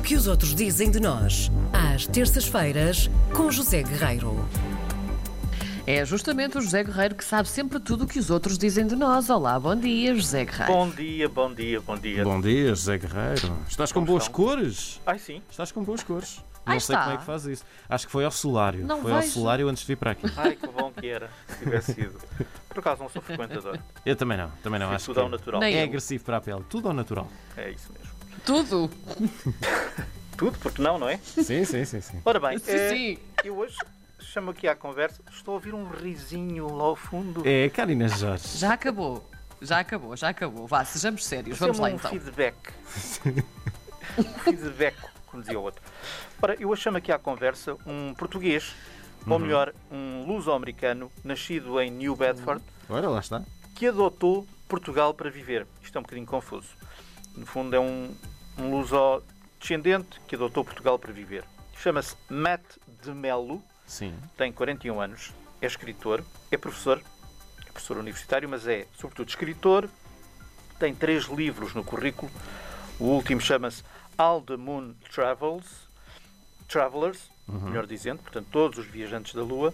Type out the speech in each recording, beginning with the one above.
que os outros dizem de nós, às terças-feiras, com José Guerreiro. É justamente o José Guerreiro que sabe sempre tudo o que os outros dizem de nós. Olá, bom dia, José Guerreiro. Bom dia, bom dia, bom dia. Bom dia, José Guerreiro. Estás com boas cores? Ai, sim. Estás com boas cores. Ai, Não sei está. como é que faz isso. Acho que foi ao solário. Não Foi ao vejo. solário antes de vir para aqui. Ai, que bom que era, se tivesse sido. Por acaso não sou frequentador. Eu também não. Acho Tudo que ao natural. Nem é eu. agressivo para a pele. Tudo ao natural. É isso mesmo. Tudo. Tudo, porque não é? Sim. Ora bem, Sim. eu hoje chamo aqui à conversa. Estou a ouvir um risinho lá ao fundo. É Karina Jorge. Já acabou. Vá, sejamos sérios. Vamos lá então. Feedback. Um feedback, como dizia o outro. Ora, eu hoje chamo aqui à conversa um português, ou melhor, um luso-americano, nascido em New Bedford, Ora, lá está. que adotou Portugal para viver. Isto é um bocadinho confuso. No fundo é um luso-descendente que adotou Portugal para viver. Chama-se Matt de Mello, Sim. tem 41 anos, é escritor, é professor universitário, mas é sobretudo escritor, tem 3 livros no currículo. O último chama-se All the Moon Travelers, melhor dizendo, portanto todos os viajantes da Lua,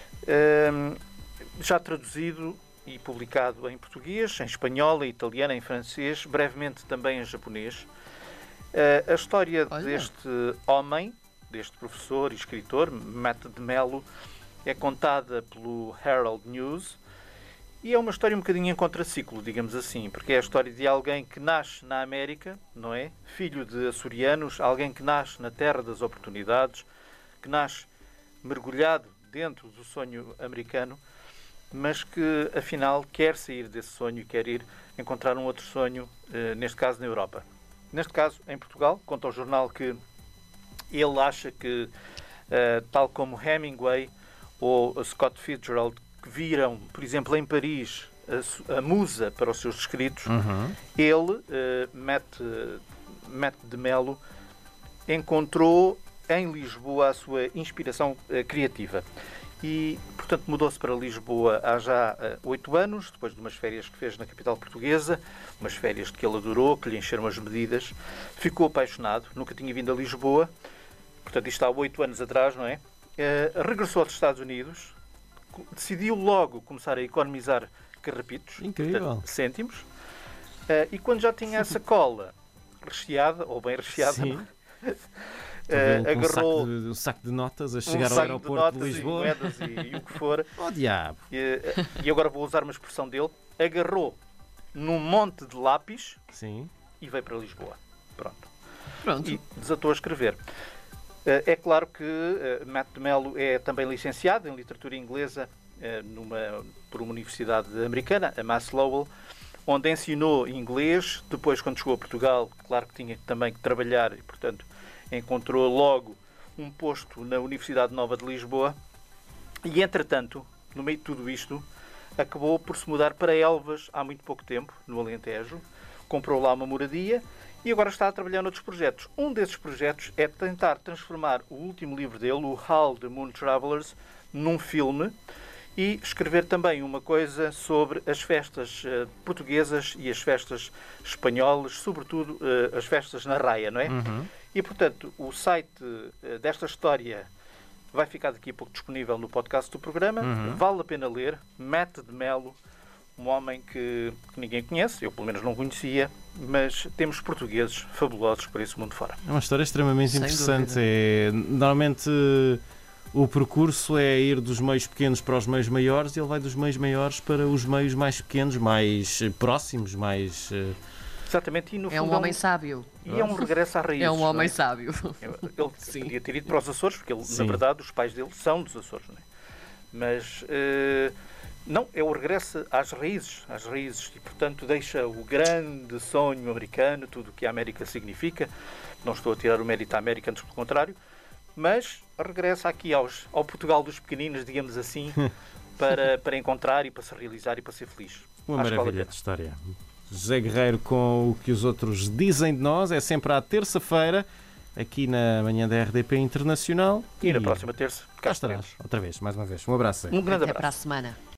já traduzido e publicado em português, em espanhol, em italiano, em francês, brevemente também em japonês. A história deste homem, deste professor e escritor, Matt de Mello, é contada pelo Herald News e é uma história um bocadinho em contraciclo, digamos assim, porque é a história de alguém que nasce na América, não é? Filho de açorianos, alguém que nasce na terra das oportunidades, que nasce mergulhado dentro do sonho americano, mas que afinal quer sair desse sonho e quer ir encontrar um outro sonho, neste caso na Europa. Neste caso, em Portugal, conta ao jornal que ele acha que, tal como Hemingway ou Scott Fitzgerald, que viram, por exemplo, em Paris, a musa para os seus escritos, ele, Matt de Mello, encontrou em Lisboa a sua inspiração criativa. E, portanto, mudou-se para Lisboa há já 8 anos, depois de umas férias que fez na capital portuguesa, umas férias que ele adorou, que lhe encheram as medidas. Ficou apaixonado, nunca tinha vindo a Lisboa, portanto, isto há 8 anos atrás, não é? Regressou aos Estados Unidos, decidiu logo começar a economizar carrapitos, Incrível. portanto, cêntimos, e quando já tinha a sacola recheada, ou bem recheada, Sim. agarrou Um saco de notas a um chegar ao saco de aeroporto de notas Lisboa. e moedas e o que for. Oh, diabo. E agora vou usar uma expressão dele. Agarrou num monte de lápis Sim. e veio para Lisboa. Pronto. Pronto. E desatou a escrever. É claro que Matt de Mello é também licenciado em literatura inglesa por uma universidade americana, a Mass Lowell, onde ensinou inglês. Depois, quando chegou a Portugal, claro que tinha também que trabalhar e, portanto, encontrou logo um posto na Universidade Nova de Lisboa e, entretanto, no meio de tudo isto, acabou por se mudar para Elvas há muito pouco tempo, no Alentejo, comprou lá uma moradia e agora está a trabalhar noutros projetos. Um desses projetos é tentar transformar o último livro dele, o All the Moon Travelers, num filme e escrever também uma coisa sobre as festas portuguesas e as festas espanholas, sobretudo as festas na Raia, não é? E, portanto, o site desta história vai ficar daqui a pouco disponível no podcast do programa. Vale a pena ler. Matt de Mello, um homem que ninguém conhece, eu pelo menos não conhecia, mas temos portugueses fabulosos por esse mundo fora. É uma história extremamente Sem interessante. dúvida. Normalmente o percurso é ir dos meios pequenos para os meios maiores e ele vai dos meios maiores para os meios mais pequenos, mais próximos, mais... Exatamente, e no É um fundo homem sábio. e é um regresso à raiz. É um homem não é? sábio. Ele Sim. podia ter ido para os Açores, porque ele, na Sim. verdade os pais dele são dos Açores, não é? Mas não, é o regresso às raízes, e portanto deixa o grande sonho americano, tudo o que a América significa. Não estou a tirar o mérito à América, antes pelo contrário, mas regressa aqui ao Portugal dos pequeninos, digamos assim, para encontrar e para se realizar e para ser feliz. Uma Acho que vale a maravilha pena. de história. José Guerreiro com o que os outros dizem de nós. É sempre à terça-feira, aqui na manhã da RDP Internacional. E na próxima terça, cá estarás, outra vez, mais uma vez. Um abraço. Um grande Até abraço. para a semana.